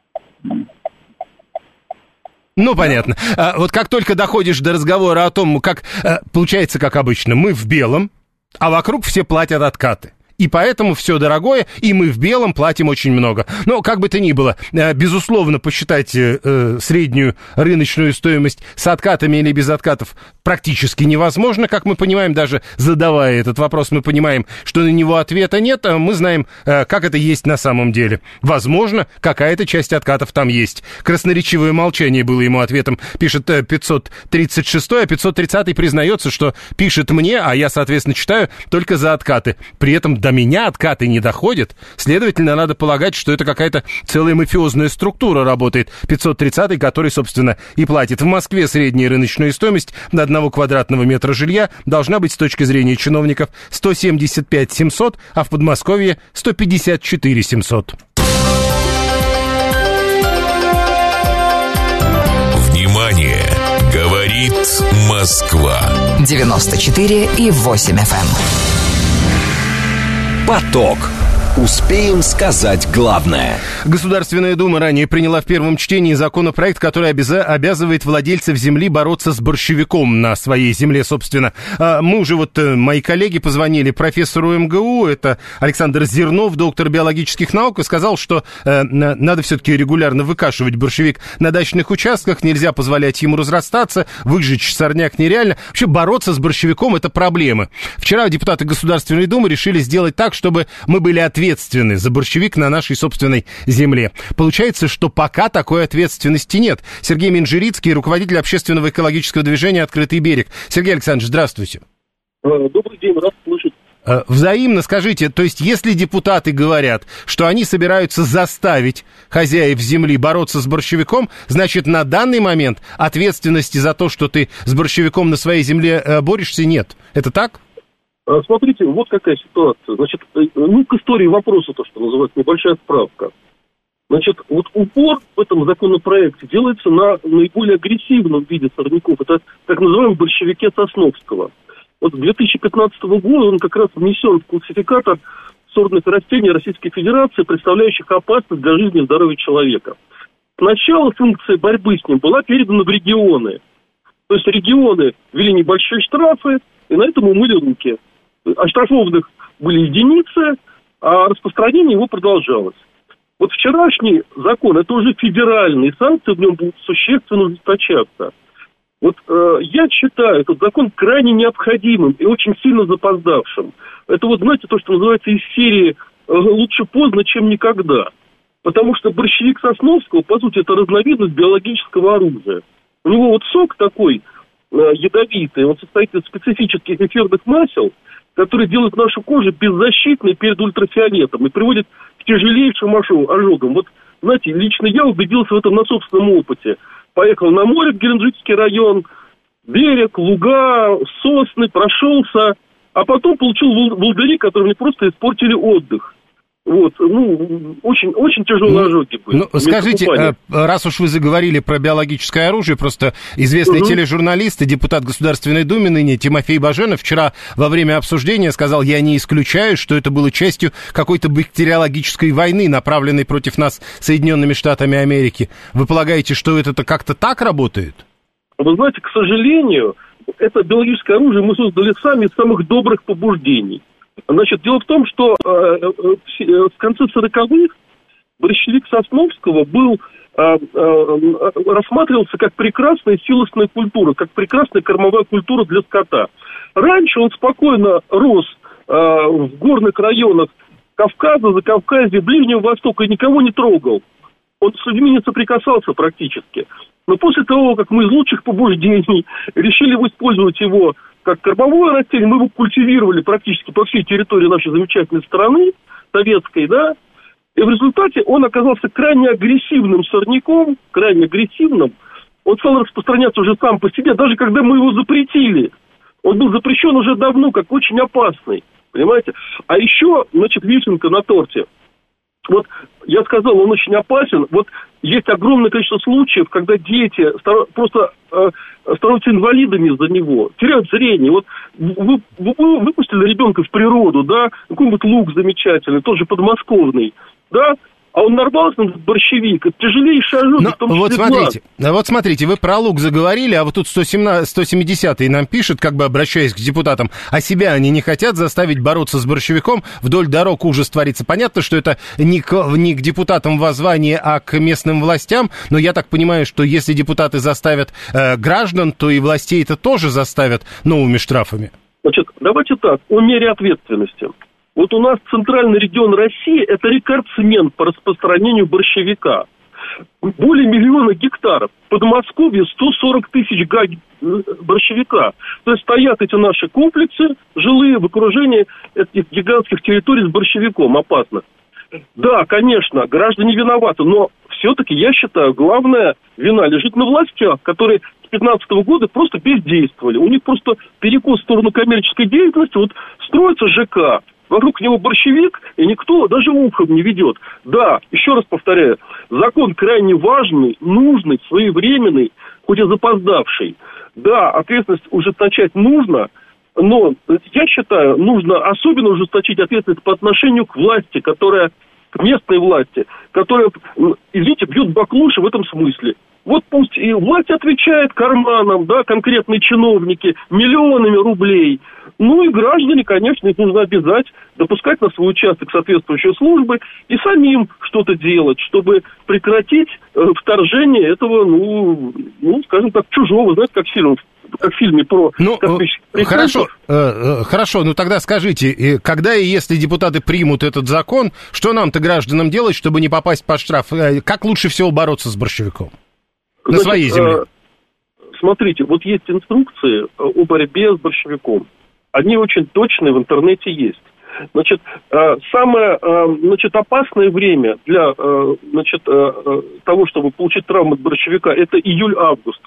Ну, понятно. А, вот как только доходишь до разговора о том, как а, получается, как обычно, мы в белом, а вокруг все платят откаты. И поэтому все дорогое, и мы в белом платим очень много. Но, как бы то ни было, безусловно, посчитать э, среднюю рыночную стоимость с откатами или без откатов практически невозможно. Как мы понимаем, даже задавая этот вопрос, мы понимаем, что на него ответа нет, а мы знаем, э, как это есть на самом деле. Возможно, какая-то часть откатов там есть. Красноречивое молчание было ему ответом, пишет пятьсот тридцать шестой, а пятьсот тридцатый признается, что пишет мне, а я, соответственно, читаю только за откаты. При этом до меня откаты не доходят, следовательно, надо полагать, что это какая-то целая мафиозная структура работает. пятьсот тридцатый, который, собственно, и платит. В Москве средняя рыночная стоимость на одного квадратного метра жилья должна быть с точки зрения чиновников сто семьдесят пять семьсот, а в Подмосковье сто пятьдесят четыре семьсот. Внимание! Говорит Москва. девяносто четыре и восемь эф эм. Поток. Успеем сказать главное. Государственная Дума ранее приняла в первом чтении законопроект, который обяза- обязывает владельцев земли бороться с борщевиком на своей земле, собственно. А мы уже, вот мои коллеги позвонили профессору эм гэ у, это Александр Зернов, доктор биологических наук, и сказал, что э, надо все-таки регулярно выкашивать борщевик на дачных участках, нельзя позволять ему разрастаться, выжечь сорняк нереально. Вообще бороться с борщевиком — это проблема. Вчера депутаты Государственной Думы решили сделать так, чтобы мы были ответственны ответственны за борщевик на нашей собственной земле. Получается, что пока такой ответственности нет. Сергей Минжирицкий, руководитель общественного экологического движения «Открытый берег». Сергей Александрович, здравствуйте. Добрый день, рад слышать. Взаимно скажите, то есть если депутаты говорят, что они собираются заставить хозяев земли бороться с борщевиком, значит, на данный момент ответственности за то, что ты с борщевиком на своей земле борешься, нет. Это так? Смотрите, вот какая ситуация. Значит, ну, к истории вопроса, то, что называется, небольшая справка. Значит, вот упор в этом законопроекте делается на наиболее агрессивном виде сорняков. Это так называемом борщевике Сосновского. Вот с две тысячи пятнадцатого года он как раз внесен в классификатор сорных растений Российской Федерации, представляющих опасность для жизни и здоровья человека. Сначала функция борьбы с ним была передана в регионы. То есть регионы ввели небольшие штрафы, и на этом умыли руки. Оштрафованных были единицы, а распространение его продолжалось. Вот вчерашний закон, это уже федеральный, санкции в нем будут существенно ужесточаться. Вот э, я считаю этот закон крайне необходимым и очень сильно запоздавшим. Это вот, знаете, то, что называется из серии э, «лучше поздно, чем никогда». Потому что борщевик Сосновского, по сути, это разновидность биологического оружия. У него вот сок такой э, ядовитый, он состоит из специфических эфирных масел, которые делают нашу кожу беззащитной перед ультрафиолетом и приводят к тяжелейшим ожогам. Вот, знаете, лично я убедился в этом на собственном опыте. Поехал на море в Геленджикский район, берег, луга, сосны, прошелся, а потом получил волдыри, которые мне просто испортили отдых. Вот, ну, очень, очень тяжелые ожоги были. Ну, скажите, раз уж вы заговорили про биологическое оружие, просто известный угу. тележурналист и депутат Государственной Думы ныне Тимофей Баженов вчера во время обсуждения сказал: я не исключаю, что это было частью какой-то бактериологической войны, направленной против нас Соединенными Штатами Америки. Вы полагаете, что это как-то так работает? Вы знаете, к сожалению, это биологическое оружие мы создали сами из самых добрых побуждений. Значит, дело в том, что э, э, в конце сороковых борщевик Сосновского был, э, э, рассматривался как прекрасная силосная культура, как прекрасная кормовая культура для скота. Раньше он спокойно рос э, в горных районах Кавказа, Закавказья, Ближнего Востока и никого не трогал. Он с людьми не соприкасался практически. Но после того, как мы из лучших побуждений решили использовать его как кормовое растение, мы его культивировали практически по всей территории нашей замечательной страны, советской, да, и в результате он оказался крайне агрессивным сорняком, крайне агрессивным. Он стал распространяться уже сам по себе, даже когда мы его запретили. Он был запрещен уже давно, как очень опасный, понимаете? А еще, значит, вишенка на торте. Вот я сказал, он очень опасен. Вот есть огромное количество случаев, когда дети просто э, становятся инвалидами из-за него, теряют зрение. Вот вы, вы выпустили ребенка в природу, да, какой-нибудь луг замечательный, тоже подмосковный, да, а он нарвался на борщевик. Это тяжелейший ожог. Но, вот смотрите, вот смотрите, вы про лук заговорили, а вот тут сто семидесятый нам пишет, как бы обращаясь к депутатам, а себя они не хотят заставить бороться с борщевиком, вдоль дорог ужас творится. Понятно, что это не к, не к депутатам воззвание, а к местным властям, но я так понимаю, что если депутаты заставят э, граждан, то и властей это тоже заставят новыми штрафами. Значит, давайте так, о мере ответственности. Вот у нас центральный регион России – это рекордсмен по распространению борщевика. Более миллиона гектаров. В Подмосковье сто сорок тысяч га борщевика. То есть стоят эти наши комплексы жилые в окружении этих гигантских территорий с борщевиком опасных. Да, конечно, граждане виноваты, но все-таки, я считаю, главная вина лежит на властях, которые с две тысячи пятнадцатого года просто бездействовали. У них просто перекос в сторону коммерческой деятельности. Вот строится ЖК, вокруг него борщевик, и никто даже ухом не ведет. Да, еще раз повторяю, закон крайне важный, нужный, своевременный, хоть и запоздавший. Да, ответственность ужесточать нужно, но я считаю, нужно особенно ужесточить ответственность по отношению к власти, которая, к местной власти, которая, извините, бьет баклуши в этом смысле. Вот пусть и власть отвечает карманом, да, конкретные чиновники, миллионами рублей. Ну и граждане, конечно, их нужно обязать допускать на свой участок соответствующие службы и самим что-то делать, чтобы прекратить э, вторжение этого, ну, ну, скажем так, чужого, знаете, как фильм, как в фильме про... Ну, хорошо, э, хорошо, ну тогда скажите, когда и если депутаты примут этот закон, что нам-то, гражданам, делать, чтобы не попасть под штраф? Как лучше всего бороться с борщевиком? На Значит, своей земле. Смотрите, вот есть инструкции о борьбе с борщевиком. Они очень точные, в интернете есть. Значит, самое, значит, опасное время для, значит, того, чтобы получить травму от борщевика, это июль-август.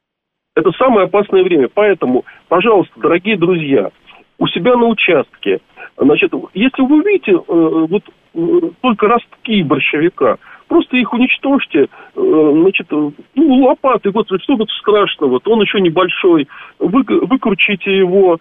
Это самое опасное время. Поэтому, пожалуйста, дорогие друзья, у себя на участке, значит, если вы увидите вот только ростки борщевика, просто их уничтожьте, значит, ну, лопатой, вот, что тут страшного, он еще небольшой, вы, выкручите его,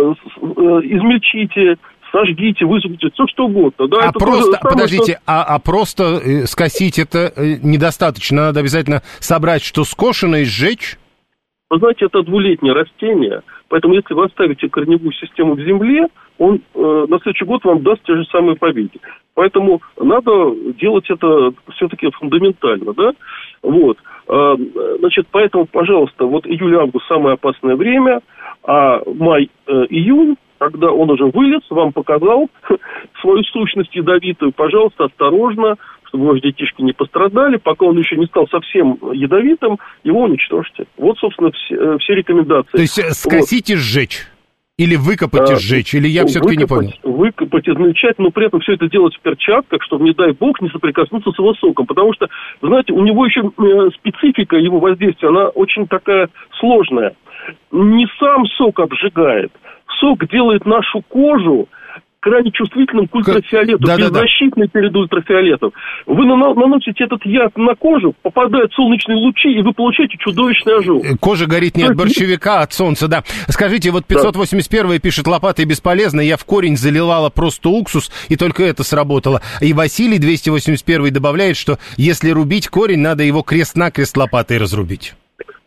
измельчите, сожгите, высушите, все что угодно. Да, а это просто, самое, подождите, что... а, а просто э, скосить это э, недостаточно, надо обязательно собрать, что скошено, и сжечь? Вы знаете, это двулетнее растение, поэтому если вы оставите корневую систему в земле, он э, на следующий год вам даст те же самые побеги. Поэтому надо делать это все-таки фундаментально, да? Вот. Э, значит, поэтому, пожалуйста, вот июль-август самое опасное время, а май-июнь, когда он уже вылез, вам показал свою сущность ядовитую, пожалуйста, осторожно, чтобы ваши детишки не пострадали, пока он еще не стал совсем ядовитым, его уничтожьте. Вот, собственно, все, все рекомендации. То есть скосить вот. И сжечь? Или выкопать и сжечь? Или я все-таки не понял? Выкопать, измельчать, но при этом все это делать в перчатках, чтобы, не дай бог, не соприкоснуться с его соком. Потому что, знаете, у него еще специфика его воздействия, она очень такая сложная. Не сам сок обжигает. Сок делает нашу кожу крайне чувствительным к ультрафиолету, да, беззащитной да, да. перед ультрафиолетом. Вы наносите этот яд на кожу, попадают солнечные лучи, и вы получаете чудовищный ожог. Кожа горит не от борщевика, а от солнца, да. Скажите, вот пятьсот восемьдесят первый пишет, лопатой бесполезно, я в корень заливала просто уксус, и только это сработало. И Василий двести восемьдесят первый добавляет, что если рубить корень, надо его крест-накрест лопатой разрубить.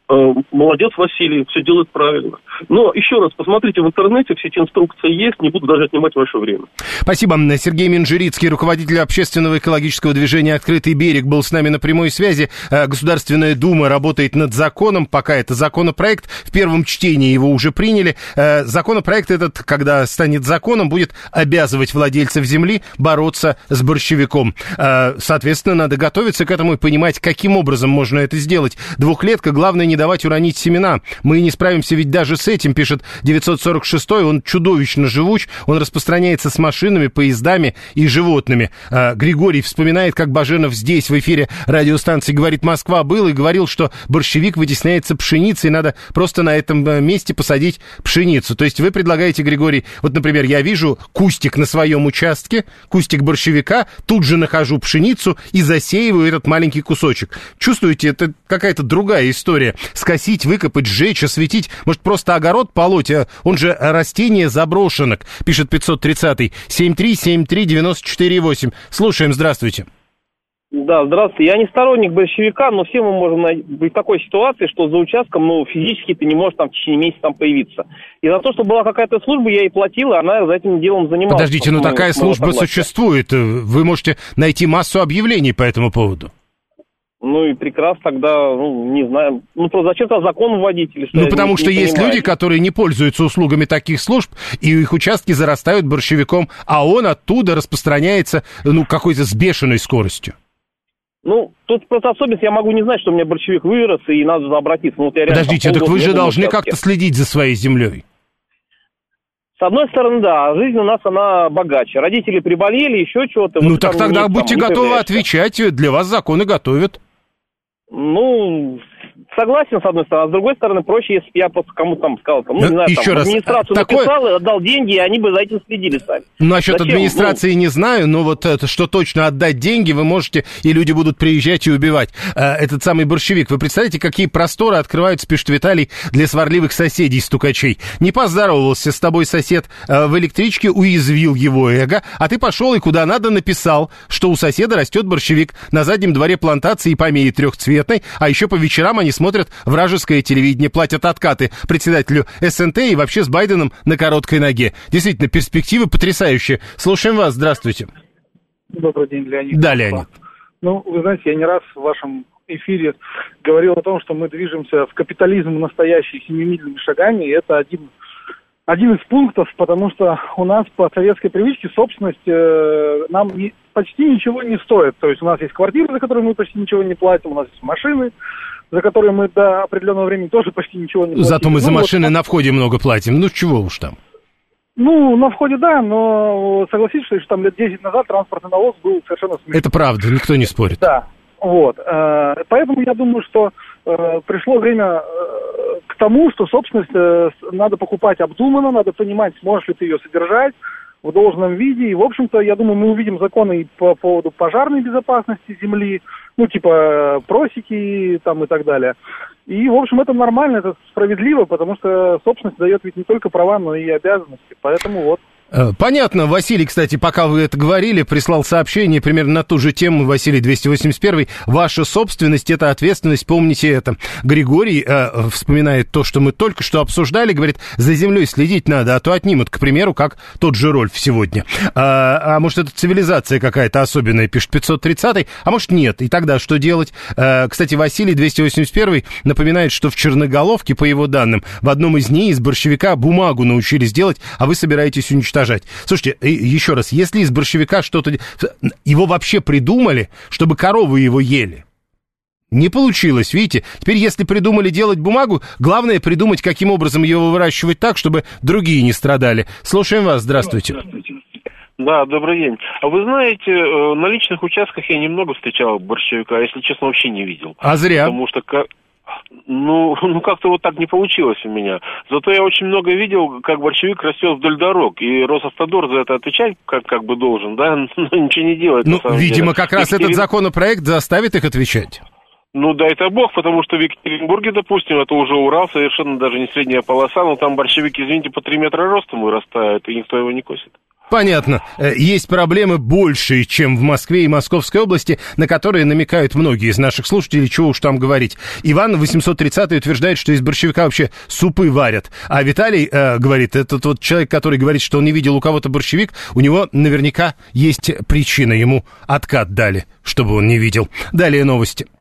молодец Василий, все делает правильно. Но еще раз, посмотрите в интернете, все эти инструкции есть, не буду даже отнимать ваше время. Спасибо. Сергей Минжирицкий, руководитель общественного экологического движения «Открытый берег», был с нами на прямой связи. Государственная Дума работает над законом, пока это законопроект. В первом чтении его уже приняли. Законопроект этот, когда станет законом, будет обязывать владельцев земли бороться с борщевиком. Соответственно, надо готовиться к этому и понимать, каким образом можно это сделать. Двухлетка, главное не давать уронить семена. Мы не справимся ведь даже с этим, пишет девятьсот сорок шестой. Он чудовищно живуч, он распространяется с машинами, поездами и животными. Григорий вспоминает, как Баженов здесь, в эфире радиостанции «Говорит Москва» был и говорил, что борщевик вытесняется пшеницей, надо просто на этом месте посадить пшеницу. То есть вы предлагаете, Григорий, вот, например, я вижу кустик на своем участке, кустик борщевика, тут же нахожу пшеницу и засеиваю этот маленький кусочек. Чувствуете, это какая-то другая история. Скосить, выкопать, сжечь, осветить. Может, просто огород полоть? Он же растение заброшенок, пишет пятьсот тридцатый. семь три семь три девять четыре восемь. Слушаем, здравствуйте. Да, здравствуйте. Я не сторонник борщевика, но все мы можем быть в такой ситуации, что за участком, ну, физически ты не можешь там в течение месяца там появиться. И за то, что была какая-то служба, я ей платила, она за этим делом занималась. Подождите, ну такая служба существует. Вы можете найти массу объявлений по этому поводу. Ну и прекрасно тогда, ну, не знаю, ну просто зачем тогда закон вводить? Или что, ну потому не, что не есть понимаю. Люди, которые не пользуются услугами таких служб, и их участки зарастают борщевиком, а он оттуда распространяется, ну, какой-то с бешеной скоростью. Ну, тут просто особенность, я могу не знать, что у меня борщевик вырос, и надо туда обратиться. Ну, вот я Подождите, так вы же должны как-то следить за своей землей. С одной стороны, да, жизнь у нас, она богаче. Родители приболели, еще чего-то. Ну, вот так тогда там, будьте готовы отвечать, для вас законы готовят. Ну, согласен, с одной стороны, а с другой стороны, проще, если бы я просто кому-то там сказал, там, ну, не знаю, еще там, раз, администрацию такое... написал и отдал деньги, и они бы за этим следили сами. Насчет Зачем? администрации ну... не знаю, но вот это, что точно отдать деньги вы можете, и люди будут приезжать и убивать. А, этот самый борщевик. Вы представляете, какие просторы открываются, пишет Виталий, для сварливых соседей-стукачей. Не поздоровался с тобой сосед а, в электричке, уязвил его эго, а ты пошел и куда надо написал, что у соседа растет борщевик на заднем дворе плантации помеи трехцветной, а еще по вечерам они смотрят вражеское телевидение, платят откаты председателю эс эн тэ и вообще с Байденом на короткой ноге. Действительно, перспективы потрясающие. Слушаем вас, здравствуйте. Добрый день, Леонид. Да, Леонид. Ну, вы знаете, я не раз в вашем эфире говорил о том, что мы движемся в капитализм настоящий семимильными шагами, и это один, один из пунктов, потому что у нас по советской привычке собственность э, нам не, почти ничего не стоит. То есть у нас есть квартиры, за которые мы почти ничего не платим, у нас есть машины, за которые мы до определенного времени тоже почти ничего не платим. Зато мы за ну, машины вот, на входе много платим. Ну, чего уж там. Ну, на входе да, но согласитесь, что там лет десять назад транспортный налог был совершенно смешной. Это правда, никто не спорит. Да, вот. Поэтому я думаю, что пришло время к тому, что собственность надо покупать обдуманно, надо понимать, сможешь ли ты ее содержать в должном виде. И, в общем-то, я думаю, мы увидим законы и по поводу пожарной безопасности земли, ну, типа просеки там и так далее. И, в общем, это нормально, это справедливо, потому что собственность дает ведь не только права, но и обязанности. Поэтому вот. Понятно. Василий, кстати, пока вы это говорили, прислал сообщение примерно на ту же тему. Василий двести восемьдесят один. Ваша собственность – это ответственность, помните это. Григорий э, вспоминает то, что мы только что обсуждали, говорит, за землей следить надо, а то отнимут, к примеру, как тот же Рольф сегодня. А, а может, это цивилизация какая-то особенная, пишет пятьсот тридцатый, а может, нет. И тогда что делать? А, кстати, Василий двести восемьдесят один напоминает, что в Черноголовке, по его данным, в одном из дней из борщевика бумагу научились делать, а вы собираетесь уничтожать. Слушайте, еще раз, если из борщевика что-то... Его вообще придумали, чтобы коровы его ели. Не получилось, видите? Теперь, если придумали делать бумагу, главное придумать, каким образом его выращивать так, чтобы другие не страдали. Слушаем вас, здравствуйте. Да, добрый день. А вы знаете, на личных участках я немного встречал борщевика, если честно, вообще не видел. А зря. Потому что... Ну, ну, как-то вот так не получилось у меня. Зато я очень много видел, как борщевик растет вдоль дорог. И Росавтодор за это отвечать как, как бы должен, да, но ничего не делает. Ну, видимо, деле. как раз Екатерин... этот законопроект заставит их отвечать. Ну, дай это бог, потому что в Екатеринбурге, допустим, это уже Урал, совершенно даже не средняя полоса, но там борщевик, извините, по три метра ростом вырастает, и никто его не косит. Понятно. Есть проблемы большие, чем в Москве и Московской области, на которые намекают многие из наших слушателей, чего уж там говорить. Иван восемьсот тридцатый утверждает, что из борщевика вообще супы варят. А Виталий э, говорит, этот вот человек, который говорит, что он не видел у кого-то борщевик, у него наверняка есть причина, ему откат дали, чтобы он не видел. Далее новости.